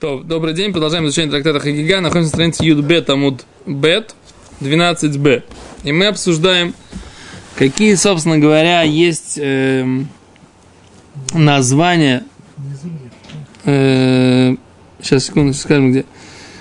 Добрый день, продолжаем изучение трактата Хагига. Находимся на странице Юд-Бет, Амуд Бет, 12Б. И мы обсуждаем, какие, собственно говоря, есть названия. Сейчас, секунду, скажем, где.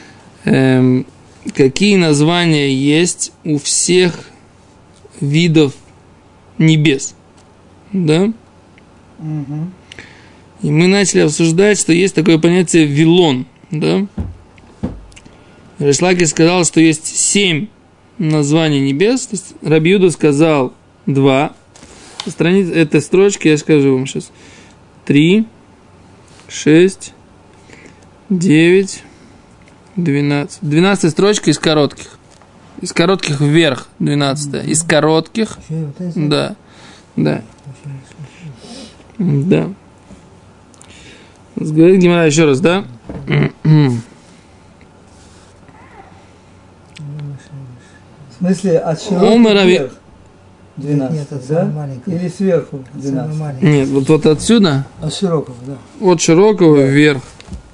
Какие названия есть у всех видов небес. Да? Угу. И мы начали обсуждать, что есть такое понятие вилон, да? Рейш Лакиш сказал, что есть 7 названий небес. То есть Раби Юда сказал 2. Страница этой строчки я скажу вам сейчас. 3, 6, 9, 12. 12 строчка из коротких. Из коротких вверх 12. Из коротких. Да. Да. Да. Говорит Гемара еще раз, да? В смысле, от широкого вверх 12, нет, да? Или сверху 12? Нет, вот отсюда. От широкого, да. От широкого вверх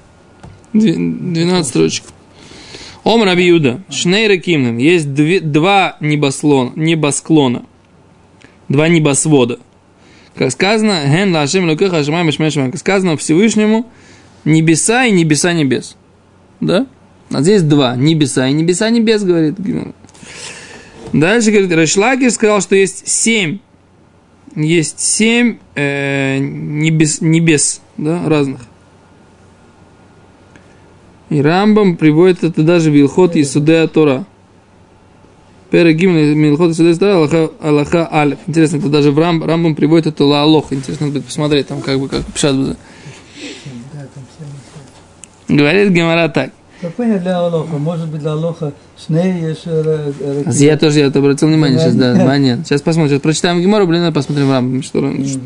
12 строчек. Ом Раби Юда, Шней Ракимным. Есть два небосклона. Два небосвода. Как сказано, ген лашем лукеха шамай мешмешмай. Как сказано Всевышнему, небеса и небеса небес. Да? А здесь 2. Небеса и небеса небес, говорит Гимара. Дальше, говорит, Рейш Лакиш сказал, что есть 7. Есть 7 небес, да, разных. И Рамбам приводит это даже в Илхот Йесудей Тора. Перегим Милхот Йесудей Тора Аллаха Алеф. Интересно, это даже в Рамбам приводит это Лаалох. Интересно будет посмотреть, там как бы как пишат будет. Говорит Гемара так. Как понятно для Аллаха? Может быть для Аллаха Шней есть Раким. Я тоже обратил внимание сейчас, да. Нет. Сейчас посмотрим, сейчас прочитаем Гемару, посмотрим в Рамбам, что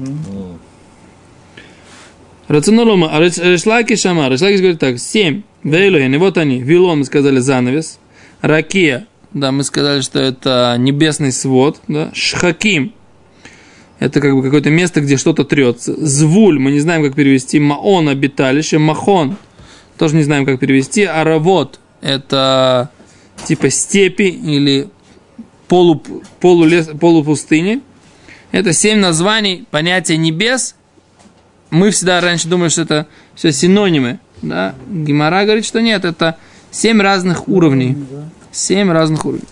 Рационолома, а Рейш Лакиш Амар. Рейш Лакиш говорит так, 7. Вейлохин, и вот они. Вилон, мы сказали, занавес. Ракия, да, мы сказали, что это небесный свод. Да. Шхаким, это как бы какое-то место, где что-то трется. Звуль, мы не знаем, как перевести. Маон, обиталище. Махон, тоже не знаем, как перевести. Аравот, это типа степи или полупустыни. Это 7 названий понятия небес. Мы всегда раньше думали, что это все синонимы. Да? Гемара говорит, что нет, это 7 разных уровней. 7 разных уровней.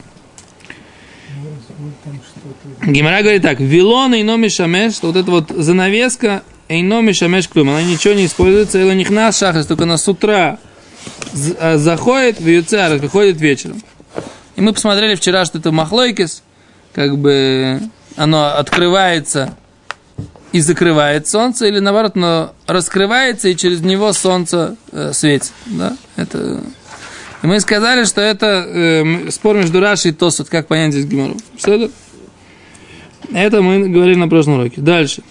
Гемара говорит так, вилон и номи шамеш, что вот эта вот занавеска, и номи шамеш клюм, она ничего не используется, или нихна шахас, только она с утра заходит в юцар, выходит вечером. И мы посмотрели вчера, что это махлойкис, как бы оно открывается и закрывает солнце, или наоборот, оно раскрывается, и через него солнце светит. Да? Это... И мы сказали, что это спор между Раши и Тосфот, как понять здесь Гемару. Что это? Это мы говорили на прошлом уроке. Дальше.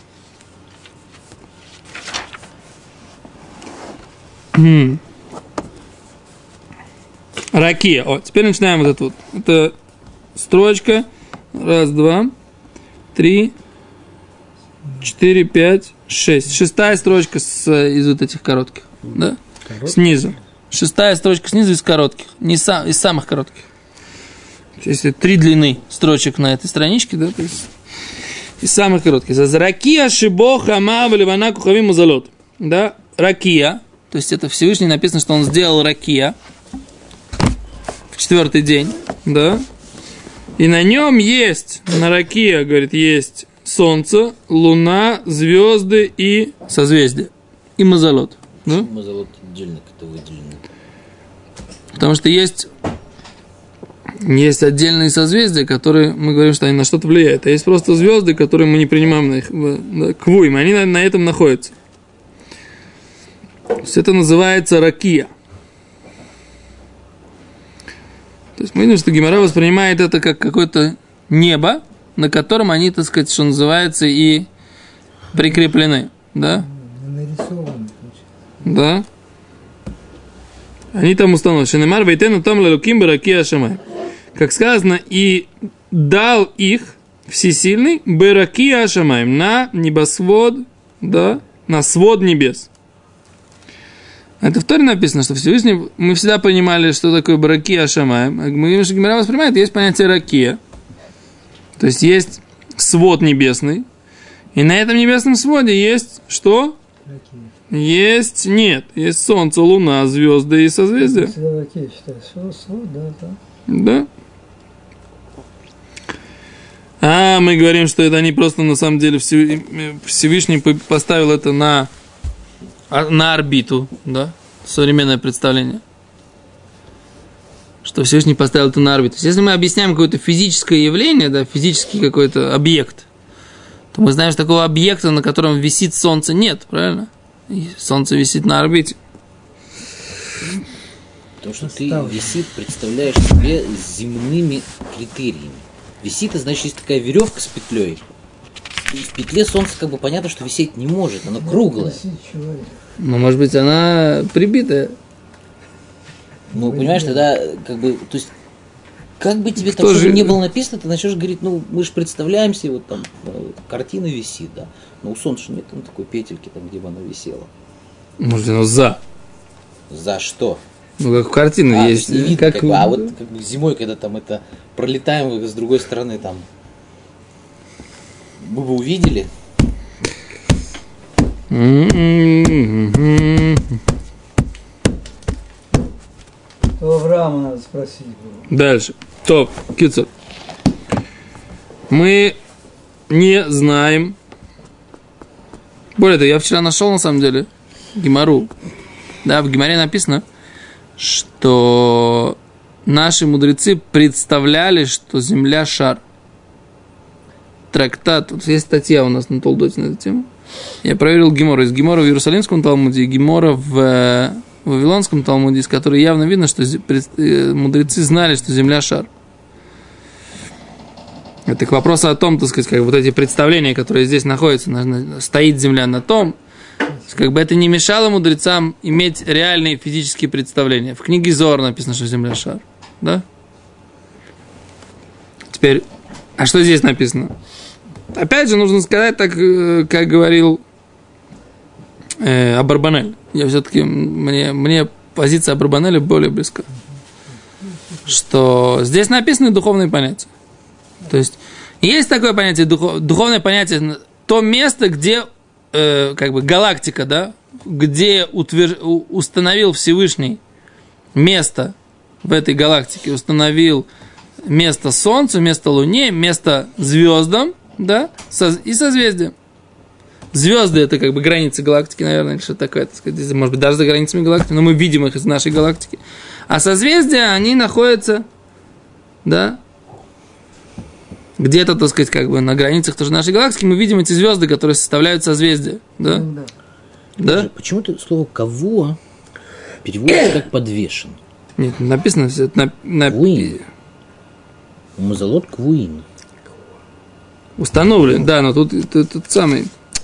Ракия. О, теперь начинаем вот это вот. Это строчка. 1, 2, 3, 4, 5, 6. 6 строчка из вот этих коротких. Да? Снизу. 6 строчка снизу из коротких. Из самых коротких. Если 3 длины строчек на этой страничке, да, то есть из самых коротких. Ракия шибо хама валивана кухави музалот. Да, ракия. То есть это Всевышний написано, что он сделал ракия в 4-й день. Да. И на нем есть, на ракия, говорит, есть солнце, луна, звезды и созвездия. И мазалот. Да? Мазалот отдельно как-то выделено. Потому что есть отдельные созвездия, которые мы говорим, что они на что-то влияют. А есть просто звезды, которые мы не принимаем на их квуим. Они на этом находятся. То есть это называется ракия. То есть мы видим, что Гемара воспринимает это как какое-то небо, на котором они, так сказать, что называется, и прикреплены. Да? Нарисованы. Да. Они там установлены. Шенемар вейтену там лалуким баракия шамай. Как сказано, и дал их всесильный баракия шамай на небосвод, да, на свод небес. Это в Торе написано, что Всевышний, мы всегда понимали, что такое баракия ашамаем. Мы говорим, что Гемара воспринимает, есть понятие ракия. То есть есть свод небесный, и на этом небесном своде есть что? Есть, нет, есть солнце, луна, звезды и созвездия. Ракия считаешь, свод, да. Да. А мы говорим, что это не просто на самом деле Всевышний поставил это на орбиту, да, современное представление. Что Всевышний поставил это на орбиту. То есть, если мы объясняем какое-то физическое явление, да, физический какой-то объект, то мы знаем, что такого объекта, на котором висит Солнце, нет, правильно? И Солнце висит на орбите. Потому что ты висит представляешь себе с земными критериями. Висит, это значит, есть такая веревка с петлей. И в петле Солнце как бы понятно, что висеть не может, оно круглое. Ну, может быть, она прибитая. Ну, понимаешь, тогда как бы, то есть, как бы тебе там что-то не было написано, ты начнешь говорить, ну, мы же представляем себе, вот там картина висит, да. Но у Солнца нет там такой петельки, там, где бы она висела. Может, оно за. За что? Ну, как в картине есть. Не видно, как бы, а вот как бы зимой, когда там это пролетаем с другой стороны, там, мы бы увидели. У Авраама надо спросить было. Дальше. Топ, кицур. Мы не знаем. Более того, я вчера нашел, на самом деле, Гемару. Да, в Гемаре написано, что наши мудрецы представляли, что Земля шар. Трактат. Тут есть статья у нас на Толдоте на эту тему. Я проверил Гемору. Из Гемора в Иерусалимском Талмуде и Гемора в Вавилонском Талмуде, из которой явно видно, что мудрецы знали, что Земля шар. Это к вопросу о том, так сказать, как вот эти представления, которые здесь находятся, стоит Земля на том, как бы это не мешало мудрецам иметь реальные физические представления. В книге Зоар написано, что Земля шар. Да? Теперь, а что здесь написано? Опять же, нужно сказать, так, как говорил Абарбанель. Я все-таки, мне позиция Абарбанеля более близка. Что здесь написаны духовные понятия. То есть, есть такое понятие, духовное понятие, то место, где, как бы, галактика, да, где установил Всевышний место в этой галактике, установил место Солнцу, место Луне, место звездам, да, и созвездиям. Звезды — это как бы границы галактики, наверное, или что-то такое, так сказать, может быть, даже за границами галактики, но мы видим их из нашей галактики. А созвездия, они находятся, да, где-то, так сказать, как бы на границах тоже нашей галактики, мы видим эти звезды, которые составляют созвездия, да? Да? Почему-то слово «кавуа» переводится как «подвешен». Нет, написано все это Квуин. Мазалот квуин. Установлен, да, но тут самый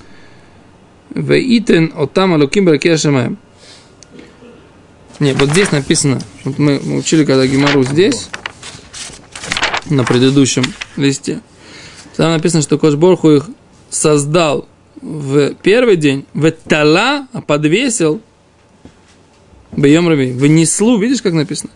Веитен отам алуким баракия шамаем. Нет, вот здесь написано, вот мы учили, когда Гемару здесь, на предыдущем листе, там написано, что Кош Борху их создал в первый день, в тала, а подвесил бьем рави, вынеслу, видишь, как написано?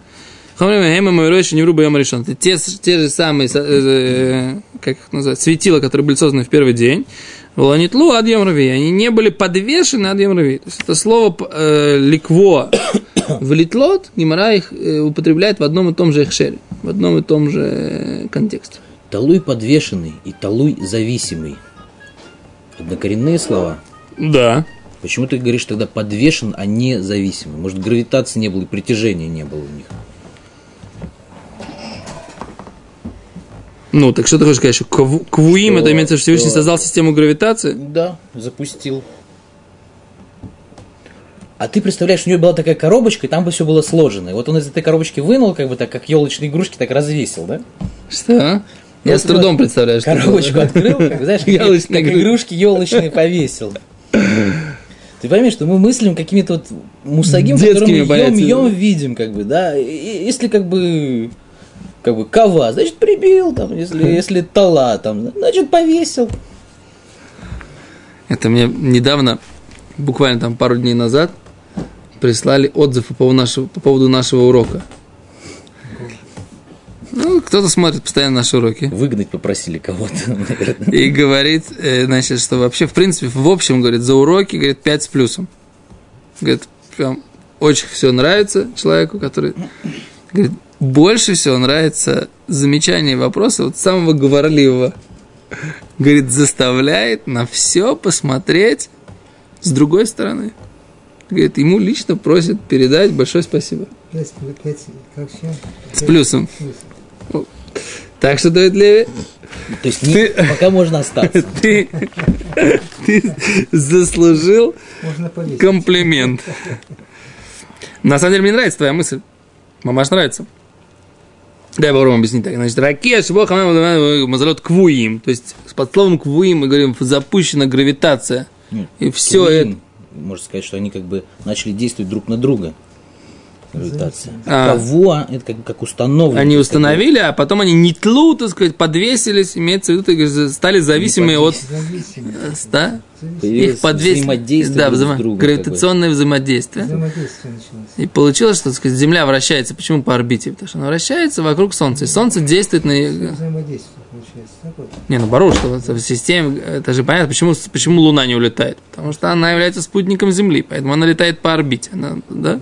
Это те же самые, как их называют, светила, которые были созданы в первый день. Воланитлу ад йом рави. Они не были подвешены ад йом рави. То есть это слово ликво в литлот, Гемара их употребляет в одном и том же эхшере, в одном и том же контексте. Талуй подвешенный и талуй зависимый. Однокоренные слова. Да. Почему ты говоришь тогда подвешен, а не зависимый? Может, гравитации не было и притяжения не было у них? Ну, так что ты хочешь сказать, что квуим, это имеется в виду, что Всевышний создал систему гравитации? Да, запустил. А ты представляешь, у него была такая коробочка, и там бы все было сложено. И вот он из этой коробочки вынул, как бы так, как елочные игрушки, так развесил, да? Что? Я с трудом представляю, что коробочку открыл, как, знаешь, как игрушки елочные повесил. Ты поймешь, что мы мыслим какими-то вот мусагим, которые мы видим, как бы, да? Если как бы кава, значит прибил, там, если тала, там, значит повесил. Это мне недавно, буквально там пару дней назад, прислали отзыв по поводу нашего урока. Ну, кто-то смотрит постоянно наши уроки. Выгнать попросили кого-то, наверное. И говорит, значит, что вообще, в принципе, в общем, говорит, за уроки, говорит, 5 с плюсом. Говорит, прям очень все нравится человеку, который... Говорит, больше всего нравится замечание и вопросы вот самого говорливого. Говорит, заставляет на все посмотреть с другой стороны. Говорит, ему лично просит передать большое спасибо. 5, как все? С плюсом. Так что, Давид Леви, то есть пока можно остаться. Ты заслужил комплимент. На самом деле, мне нравится твоя мысль. Мамаш нравится. Дай попробуем объяснить так. Значит, ракия, шибох, мазалот квуим. То есть, под словом квуим мы говорим, запущена гравитация. И все это... Можно сказать, что они как бы начали действовать друг на друга. Гравитация. Кого? Это как установлено. Они установили, а потом они нетлу, так сказать, подвесились, имеется в виду, стали зависимые от... Да? Их взаимодействие друг с другом. Гравитационное взаимодействие. И получилось, что, так сказать, Земля вращается. Почему по орбите? Потому что она вращается вокруг Солнца. И Солнце действует на... Взаимодействие получается. Не, наоборот, что в системе... Это же понятно, почему Луна не улетает. Потому что она является спутником Земли, поэтому она летает по орбите. Она, да?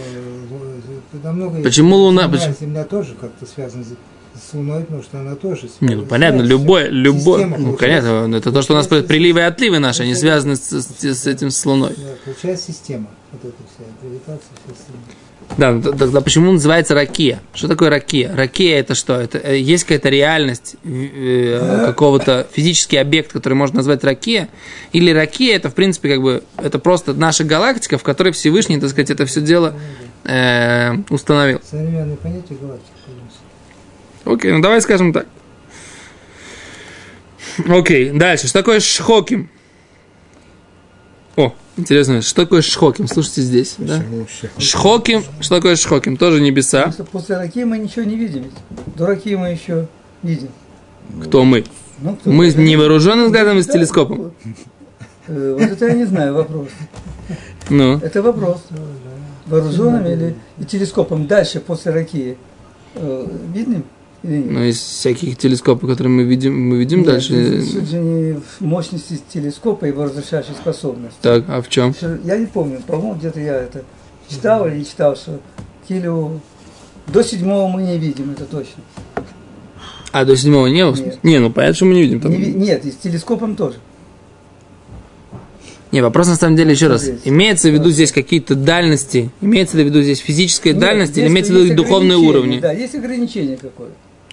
Почему Луна... Земля тоже как-то связана с Луной, потому что она тоже... Не, ну понятно, любой... Ну, конечно, это то, что у нас приливы и отливы наши, они связаны с этим, с Луной. Да, получается система, вот эта вся гравитация, вся система. Да, тогда почему называется ракия? Что такое ракия? Ракия это что? Это есть какая-то реальность, какого-то физический объект, который можно назвать ракия? Или ракия это, в принципе, как бы, это просто наша галактика, в которой Всевышний, так сказать, это все дело установил. Современные понятия галактики. Окей, ну давай скажем так. Окей, дальше. Что такое шхоким? О, интересно, что такое шхоким? Слушайте здесь. Да? Шхоким, что такое шхоким? Тоже небеса. После раки мы ничего не видим. До раки мы еще видим. Кто мы? Мы невооруженным взглядом и с телескопом. Вот это я не знаю, вопрос. Ну? Это вопрос. Вооруженным или телескопом дальше после раки видим? Ну, из всяких телескопов, которые мы видим дальше. Суть же не в мощности телескопа и его разрешающей способности. Так, а в чем? Я не помню, по-моему, где-то я это читал или не читал, что до 7-го мы не видим, это точно. А до 7-го не? Нет. Не, ну понятно, что мы не видим. Там... Нет, и с телескопом тоже. Не, вопрос на самом деле еще раз. Имеется в виду здесь какие-то дальности? Имеется ли в виду здесь физическая дальность или имеется в виду духовные уровни? Да, есть ограничение какое-то.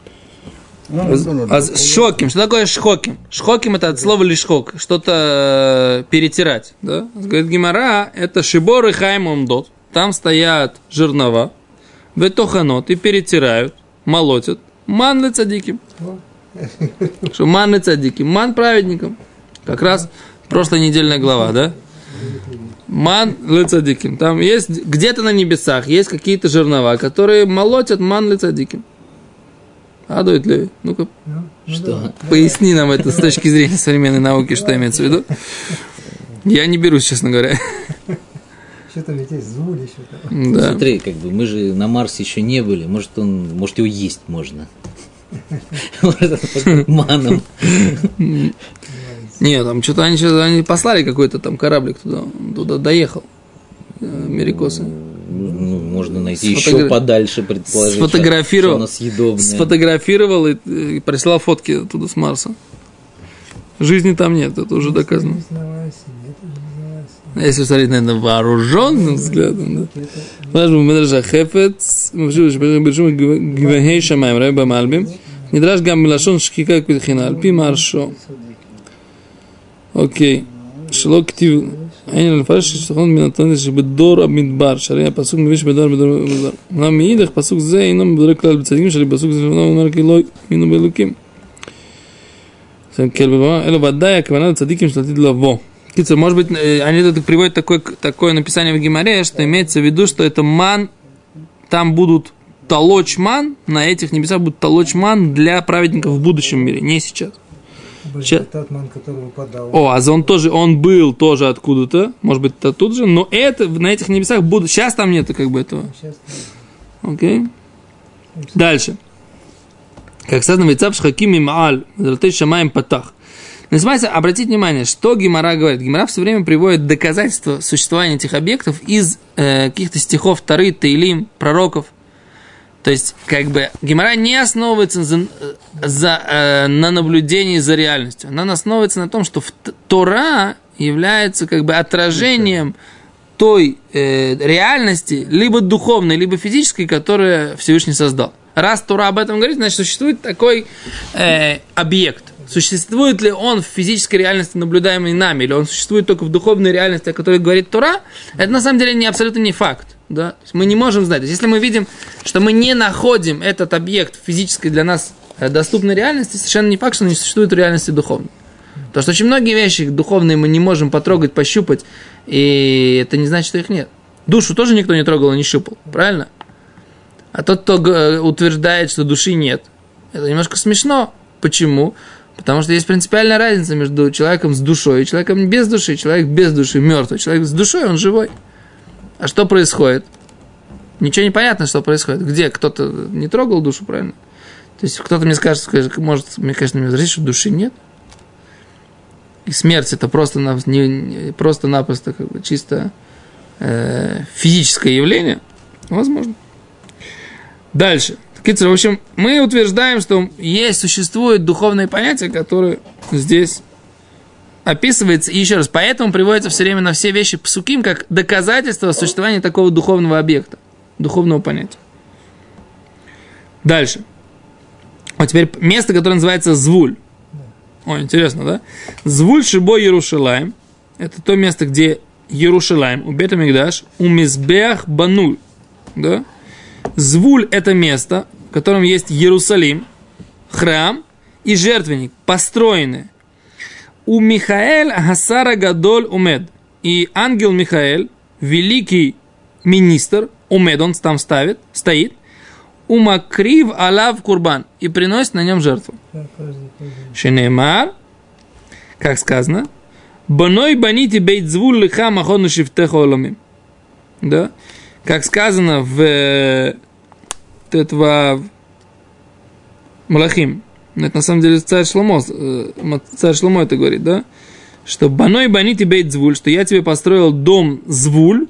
Шхоким. Что такое шхоким? Шхоким это от слова лишхок. Что-то перетирать. Да? Говорит Гемара, это шибор и хайм дот. Там стоят жернова, ветоханот и перетирают, молотят. Ман ле цадиким. Что ман ле цадиким? Ман праведникам. Как раз прошлая недельная глава, да? Ман ле цадиким. Там есть где-то на небесах есть какие-то жернова, которые молотят ман ле цадиким. Адует ли? Ну-ка, что? Поясни нам это с точки зрения современной науки, что имеется в виду. Я не берусь, честно говоря. Что-то ведь есть зуль еще. Да. Смотри, как бы мы же на Марсе еще не были. Может его есть можно. Может, маном. Нет, там что-то они послали какой-то там кораблик туда доехал. Америкосы. Ну, можно найти еще подальше, предположить, что оно съедобное. Сфотографировал и прислал фотки оттуда с Марса. Жизни там нет, это уже доказано. Если смотреть, наверное, вооруженным взглядом, да. Подожди, мы даже хефец, мы большим гвахей шамаем, рэба мальбим, недраж гам милашон шкика квитхина, альпи маршо. Окей. Шло ктив... אין לפרש שתכון מן התנא שבדור המדבר, שהרי הפסוק מביא שבדור המדבר. אולם מאידך, פסוק זה אינו מדבר כלל בצדיקים, שהרי פסוק זה שלנו אומר כי לא האמינו באלוקים. אלו ודאי הכוונה לצדיקים של עתיד לבוא. קיצור, может быть, они тут приводят такое написание в Гемаре, что имеется в виду, что это ман, там будут толочь ман, на этих небесах будут толочь ман для праведников в будущем мире, не сейчас. быть, это тот ман, который выпадал. Он был тоже откуда-то, может быть, это тут же, но это на этих небесах будут. Сейчас там нету как бы этого. Окей. Дальше. Как сказано, «Вейцав шхаким им аль, золотой шамаем патах». Но смотрите, обратите внимание, что Гемара говорит. Гемара все время приводит доказательства существования этих объектов из каких-то стихов Торы, Теилим, пророков. То есть, как бы, Гемара не основывается на наблюдении за реальностью. Она основывается на том, что Тора является, как бы, отражением той реальности, либо духовной, либо физической, которую Всевышний создал. Раз Тора об этом говорит, значит, существует такой объект. Существует ли он в физической реальности, наблюдаемой нами, или он существует только в духовной реальности, о которой говорит Тора, это на самом деле абсолютно не факт. Да? То есть мы не можем знать. То есть если мы видим, что мы не находим этот объект в физической для нас доступной реальности, совершенно не факт, что он не существует в реальности духовной. Потому что очень многие вещи духовные мы не можем потрогать, пощупать, и это не значит, что их нет. Душу тоже никто не трогал и не щупал, правильно? А тот, кто утверждает, что души нет, это немножко смешно. Почему? Потому что есть принципиальная разница между человеком с душой и человеком без души. Человек без души мертвый. Человек с душой, он живой. А что происходит? Ничего не понятно, что происходит. Где? Кто-то не трогал душу, правильно? То есть кто-то мне скажет, может, мне, конечно, не возразить, что души нет. И смерть это просто-напросто как бы чисто физическое явление. Возможно. Дальше. В общем, мы утверждаем, что существует духовное понятие, которое здесь описывается. И еще раз, поэтому приводится все время на все вещи псуким, как доказательство существования такого духовного объекта, духовного понятия. Дальше. Вот теперь место, которое называется Звуль. О, интересно, да? Звуль Шибо Ярушалаем. Это то место, где Ярушалаем, у Бета Микдаш, у Мизбеах Бануль. Да? Звуль – это место, в котором есть Иерусалим, храм и жертвенник, построенные. У Михаэль Гасара Гадоль Умед. И ангел Михаэль, великий министр, Умед, он там стоит, у Макрив Алав Курбан, и приносит на нем жертву. Шенемар, как сказано, Баной банити бейт звуль лиха махону шифтеха оламим. Да? Как сказано в Тетва Малахим, это на самом деле царь Шломо это говорит, да? Что баной банити бейт звуль, что я тебе построил дом звуль,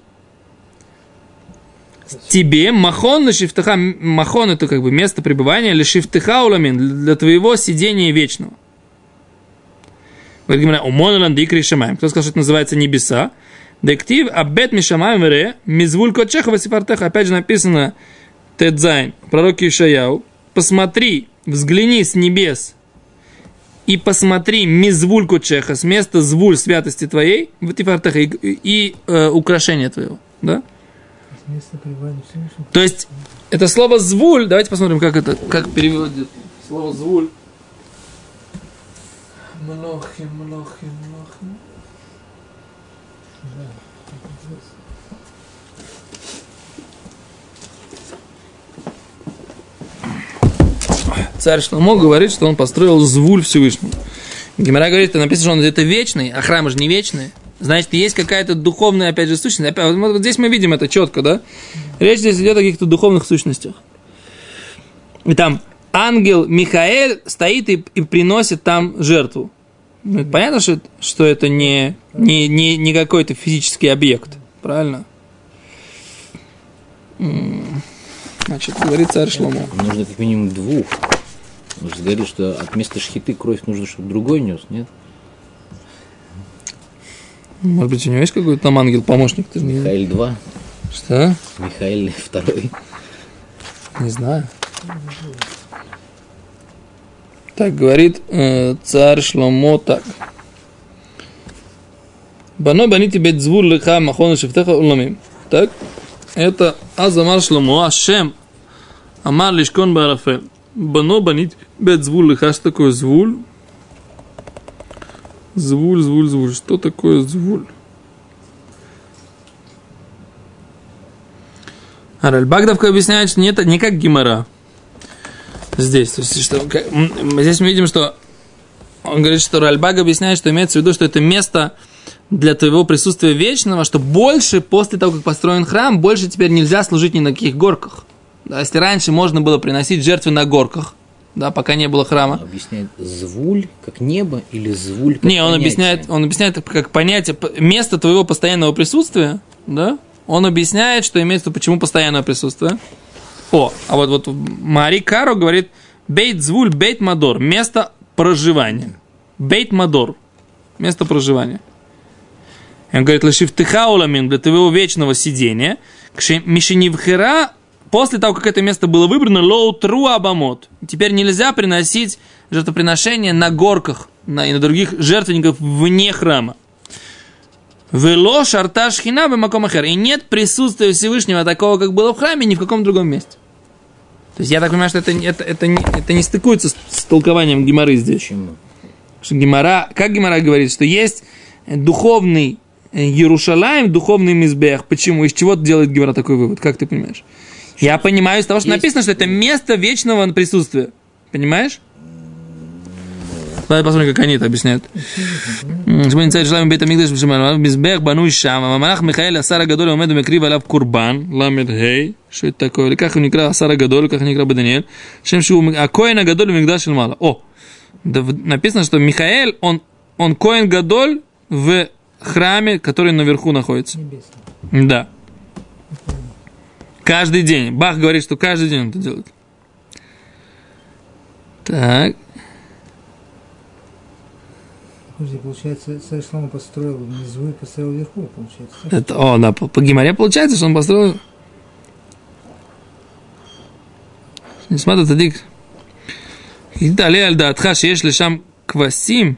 тебе махон лешифтеха, махон это как бы место пребывания, лешифтеха уламин, для твоего сидения вечного. Говорит Гемара, умонолан дикри шамаем. Кто сказал, что это называется небеса? Дектив абет мишамаем ре мизвуль котчеха васифартеха. Опять же написано Тедзайн, пророке Ишаяу. Посмотри, взгляни с небес и посмотри мизвуль котчеха, с места звуль святости твоей, васифартеха и украшения твоего. Да? То есть это слово звуль. Давайте посмотрим, как переводит слово звуль. Млохим. Царь Шломо говорит, что он построил звуль Всевышнему. Гемара говорит, что написано, что он это вечный, а храмы же не вечные. Значит, есть какая-то духовная, опять же, сущность. Опять, вот здесь мы видим это четко, да? Речь здесь идет о каких-то духовных сущностях. И там ангел Михаэль стоит и приносит там жертву. Понятно, что это не какой-то физический объект. Правильно? Значит, говорит царь Шломо. Нужно как минимум двух. Он же говорит, что от места шхиты кровь нужно, чтобы другой нес, нет? Может быть, у него есть какой-то там ангел-помощник? Михаэль 2. Что? Михаэль 2. Не знаю. Так, говорит царь Шломо так. Бано банити бет звур лиха махону шифтеха уламим. Так? Это Азамар Шломо, Ашем Амар Лишкон Баарафель. Бано банити бет звур лиха. Что такое звуль? Звуль. Что такое звуль? Ральбагдовка объясняет, что нет, не как Гемара. Здесь. То есть, здесь мы видим, что Он говорит, что Ральбаг объясняет, что имеется в виду, что это место для твоего присутствия вечного, что больше, после того, как построен храм, больше теперь нельзя служить ни на каких горках. Да, если раньше можно было приносить жертвы на горках, да, пока не было храма. Он объясняет звуль как небо или звуль как Не, он понятие? объясняет как понятие, место твоего постоянного присутствия, да, он объясняет, что имеется в виду, почему постоянное присутствие. А вот Мари Каро говорит, бейт звуль, бейт мадор, место проживания. Бейт мадор, место проживания. Он говорит, лишив тыхауламин, для твоего вечного сидения, мишенивхера, после того, как это место было выбрано, лоу тру абамот. Теперь нельзя приносить жертвоприношения на горках и на других жертвенников вне храма. Вело шарташ хина бемакомахер. И нет присутствия Всевышнего такого, как было в храме, ни в каком другом месте. То есть я так понимаю, что это не стыкуется с толкованием Гемары здесь. Почему? Что Гемара, как Гемара говорит, что есть духовный Иерушалаим, духовный Мизбех. Почему? Из чего делает Гемара такой вывод? Как ты понимаешь? Я понимаю из того, что написано, что это место вечного присутствия. Понимаешь? Давай посмотрим, как они это объясняют. Мизбех бануй шам. Мамалах Михаэль Асара Гадоль умеду мекрив алав курбан. Ламед хей. Что это такое? Как он никра Асара Гадоль, как никра Баданиэль. Шем шу Коэн Гадоль мигдаш мала. Написано, что Михаэль, он Коэн Гадоль в храме, который наверху находится. Небесный. Да. Каждый день. Бах говорит, что каждый день он это делает. Так. Подожди, получается, царь Шломо построил внизу и построил вверху, получается. Это, по Гемаре получается, что он построил. Смотри, Тадик. Итали аль-даатха шееш лешам квасим.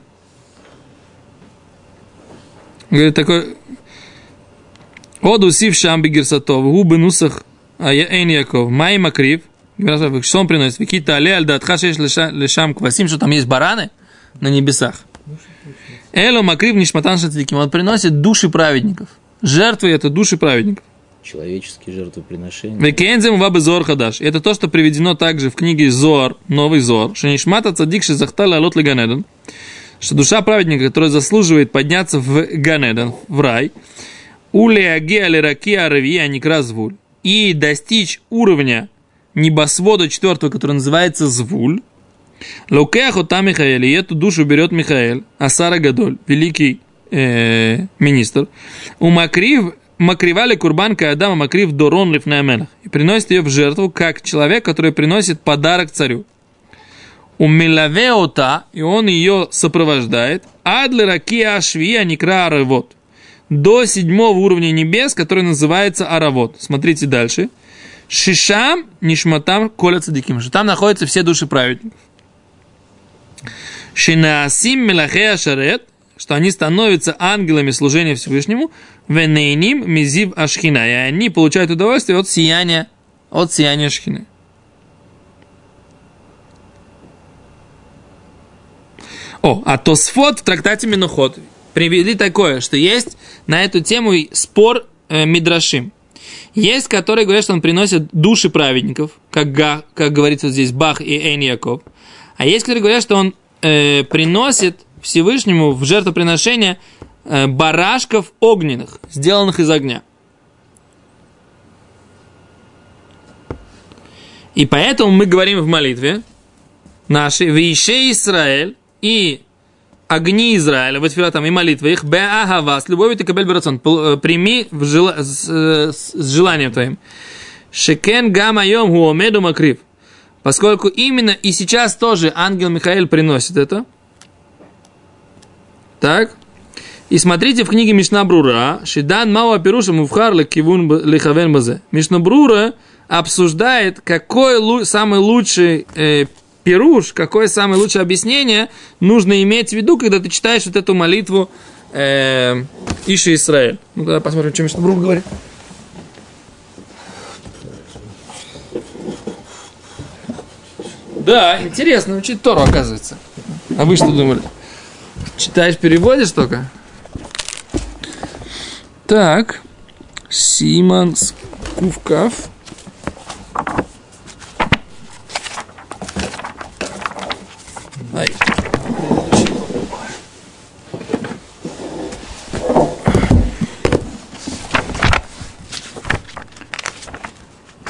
Говорит такой. Одусив шам бигерсатов, губы нусах эйн Яков, май макрив. Что он приносит? Какие-то але аль-даатха шееш лешам квасим, что там есть бараны на небесах. Эло макрив нишматан шатиким. Он приносит души праведников. Жертвы это души праведников. Человеческие жертвоприношения. Векензем вабы зор хадаш. Это то, что приведено также в книге Зоар, новый Зоар. Что нишмата цадик шизахтали алот леганеден. Что душа праведника, которая заслуживает подняться в Ганеден, в рай, улеаге алираки арави аникра звуль. И достичь уровня небосвода 4, который называется звуль. Лукеаху та Михаэль, и эту душу берет Михаэль, Асара Гадоль, великий министр. У Макривали Курбанка Адама Макрив Дорон Лифнеаменах. И приносит ее в жертву, как человек, который приносит подарок царю. У Милавеота, и он ее сопровождает, Адле Ракия Ашвия Никра Аравот. До 7 уровня небес, который называется Аравот. Смотрите дальше. Шишам Нишматам Коля Цадиким. Что там находятся все души праведников. Шинаасим Мелахея Шарет, что они становятся ангелами служения Всевышнему, венейним мизив ашхина, и они получают удовольствие от сияния шхины. А Тосфот в трактате Менухот привели такое, что есть на эту тему спор мидрашим. Есть, которые говорят, что он приносит души праведников, как говорится здесь Бах и Эйн Яков. А есть, которые говорят, что он приносит Всевышнему в жертвоприношение барашков огненных, сделанных из огня. И поэтому мы говорим в молитве нашей «Више Исраэль» и огни Израиля, вот там и молитва их «Бе'ахава» с любовью ты кабель берацон, прими с желанием твоим. «Шекен гам айом гу омеду макрив». Поскольку именно и сейчас тоже ангел Михаэль приносит это. Так. И смотрите в книге Мишна Брура, Шидан Мауа Пируша Мувхар Лекивун Лехавен Базе. Мишна Брура обсуждает, какой самый лучший пируш, какое самое лучшее объяснение нужно иметь в виду, когда ты читаешь вот эту молитву Иши Исраэль. Ну, давай посмотрим, что Мишна Брура говорит. Да, интересно учить Тору, оказывается. А вы что думали? Читаешь, переводишь только? Так. Симон Скувкав. Ай.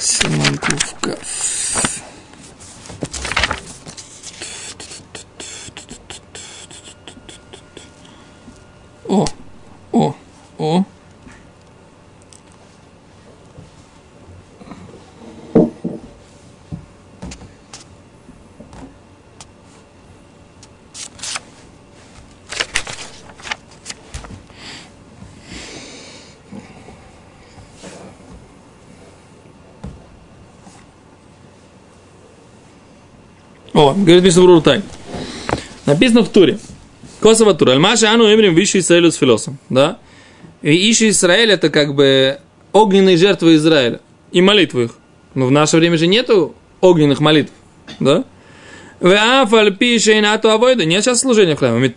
Симан Кувка. О. Говорит Мишна Брура Тай. Написано в Туре. Косова Тура. Аль-Маша Ану Эмрим Виши Исраэлю с филосом. Да? И Иши Исраэль это как бы огненные жертвы Израиля. И молитвы их. Но в наше время же нету огненных молитв. Да? Нет сейчас служения в храме.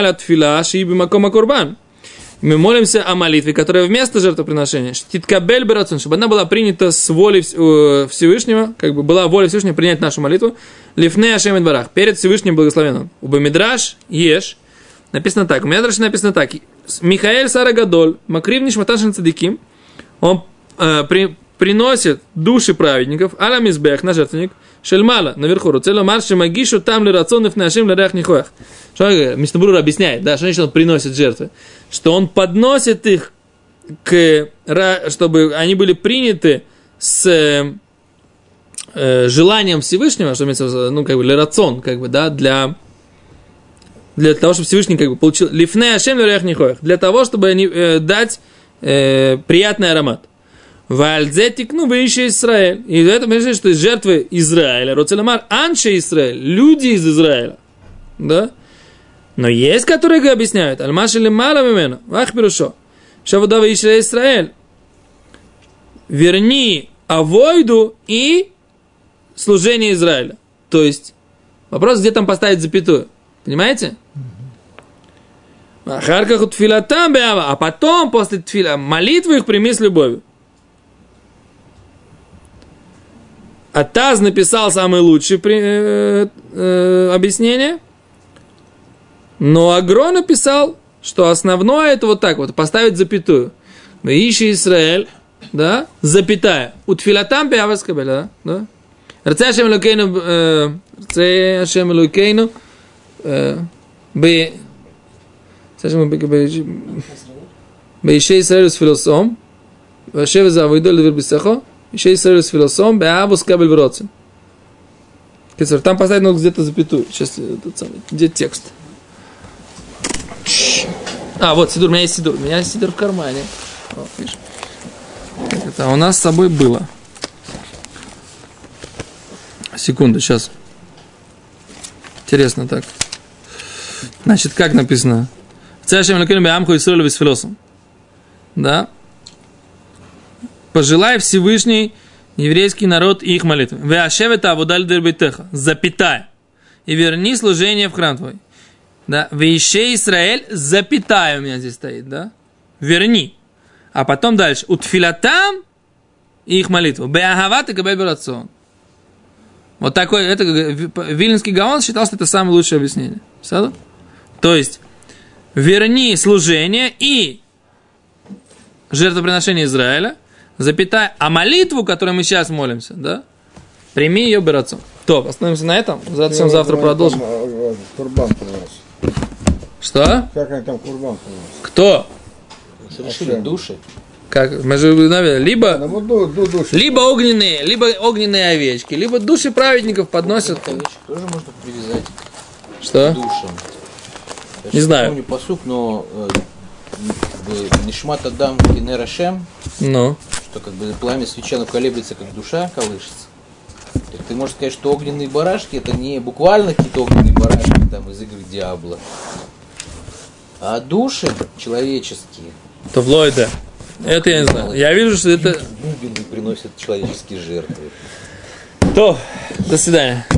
Мы молимся о молитве, которая вместо жертвоприношения, чтобы она была принята с воли Всевышнего, как бы была воля Всевышнего принять нашу молитву, лифней Ашем эдбарах, перед Всевышним благословенным. У Бамидраш еш, написано так, у Мидраше написано так, Михаэль Сара Гадоль, Макрив Нишматашин Цадиким, он приносит души праведников, аля мизбех, на жертвенник, шельмала, наверху, руцело марши магишу, там ли рационов нашим ларях нихоях. Что Мишна Брура объясняет, да, что значит он приносит жертвы? Что он подносит их, чтобы они были приняты с желанием Всевышнего, что имеется, ну, как бы, лерацион, как бы, да, для того, чтобы Всевышний, как бы, получил лифней ашем ларях нихоях, для того, чтобы они дать приятный аромат. Вальдзетик, ну, вы ищете Израиль. И это, понимаете, что из жертвы Израиля, Роцеламар, Анше Израиль, люди из Израиля. Да? Но есть, которые объясняют, Аль-Маши Лимала Мимену, Вахбирушо, Шавуда вы ищете Израиль. Верни авойду и служение Израиля. То есть, вопрос, где там поставить запятую. Понимаете? А потом, после тфиля, молитвы их прими с любовью. Атаз написал самое лучшее объяснение, но Агро написал, что основное это вот так вот, поставить запятую. Ищи Израиль, да, запятая. Утфилатам пиаваскабеля, да. Рце Ашем Элокейну, Бейшей Израилю с филосом, Вашев за Авойдо левер бисахо, Бейшей Израилю с филосом, Беавус кабель вроцем. Там поставить надо где-то запятую. Сейчас, где текст? Вот сидур, у меня есть сидур. У меня есть сидур в кармане. Вот, видишь? Это у нас с собой было. Секунду, сейчас. Интересно так. Значит, как написано? Да? Пожелай Всевышний еврейский народ и их молитвы. Запятая. И верни служение в храм твой. Да? Вейше Израиль, запятая у меня здесь стоит, да? Верни. А потом дальше. Утфилатам и их молитву. Беагават и габель барацион. Вот такой, это Вильнинский Гаон считал, что это самое лучшее объяснение. Все? То есть, верни служение и жертвоприношение Израиля, запятая, а молитву, которую мы сейчас молимся, да, прими ее барацион. То, остановимся на этом. Завтра продолжим. Курбан принес. Что? Как они там курбан принес? Кто? Совершили души. Как? Мы же, наверное, либо огненные овечки, либо души праведников подносят. Овечек тоже можно привязать. Что? К душам. Не знаю. Я помню посук, но Нишмат Адам Кинер Ашем, что как бы пламя священно колеблется, как душа колышется. Так ты можешь сказать, что огненные барашки это не буквально какие-то огненные барашки там из игры Диабло, а души человеческие. То Влойда. Это я не знаю. Я вижу, что это... Приносят человеческие жертвы. То, до свидания.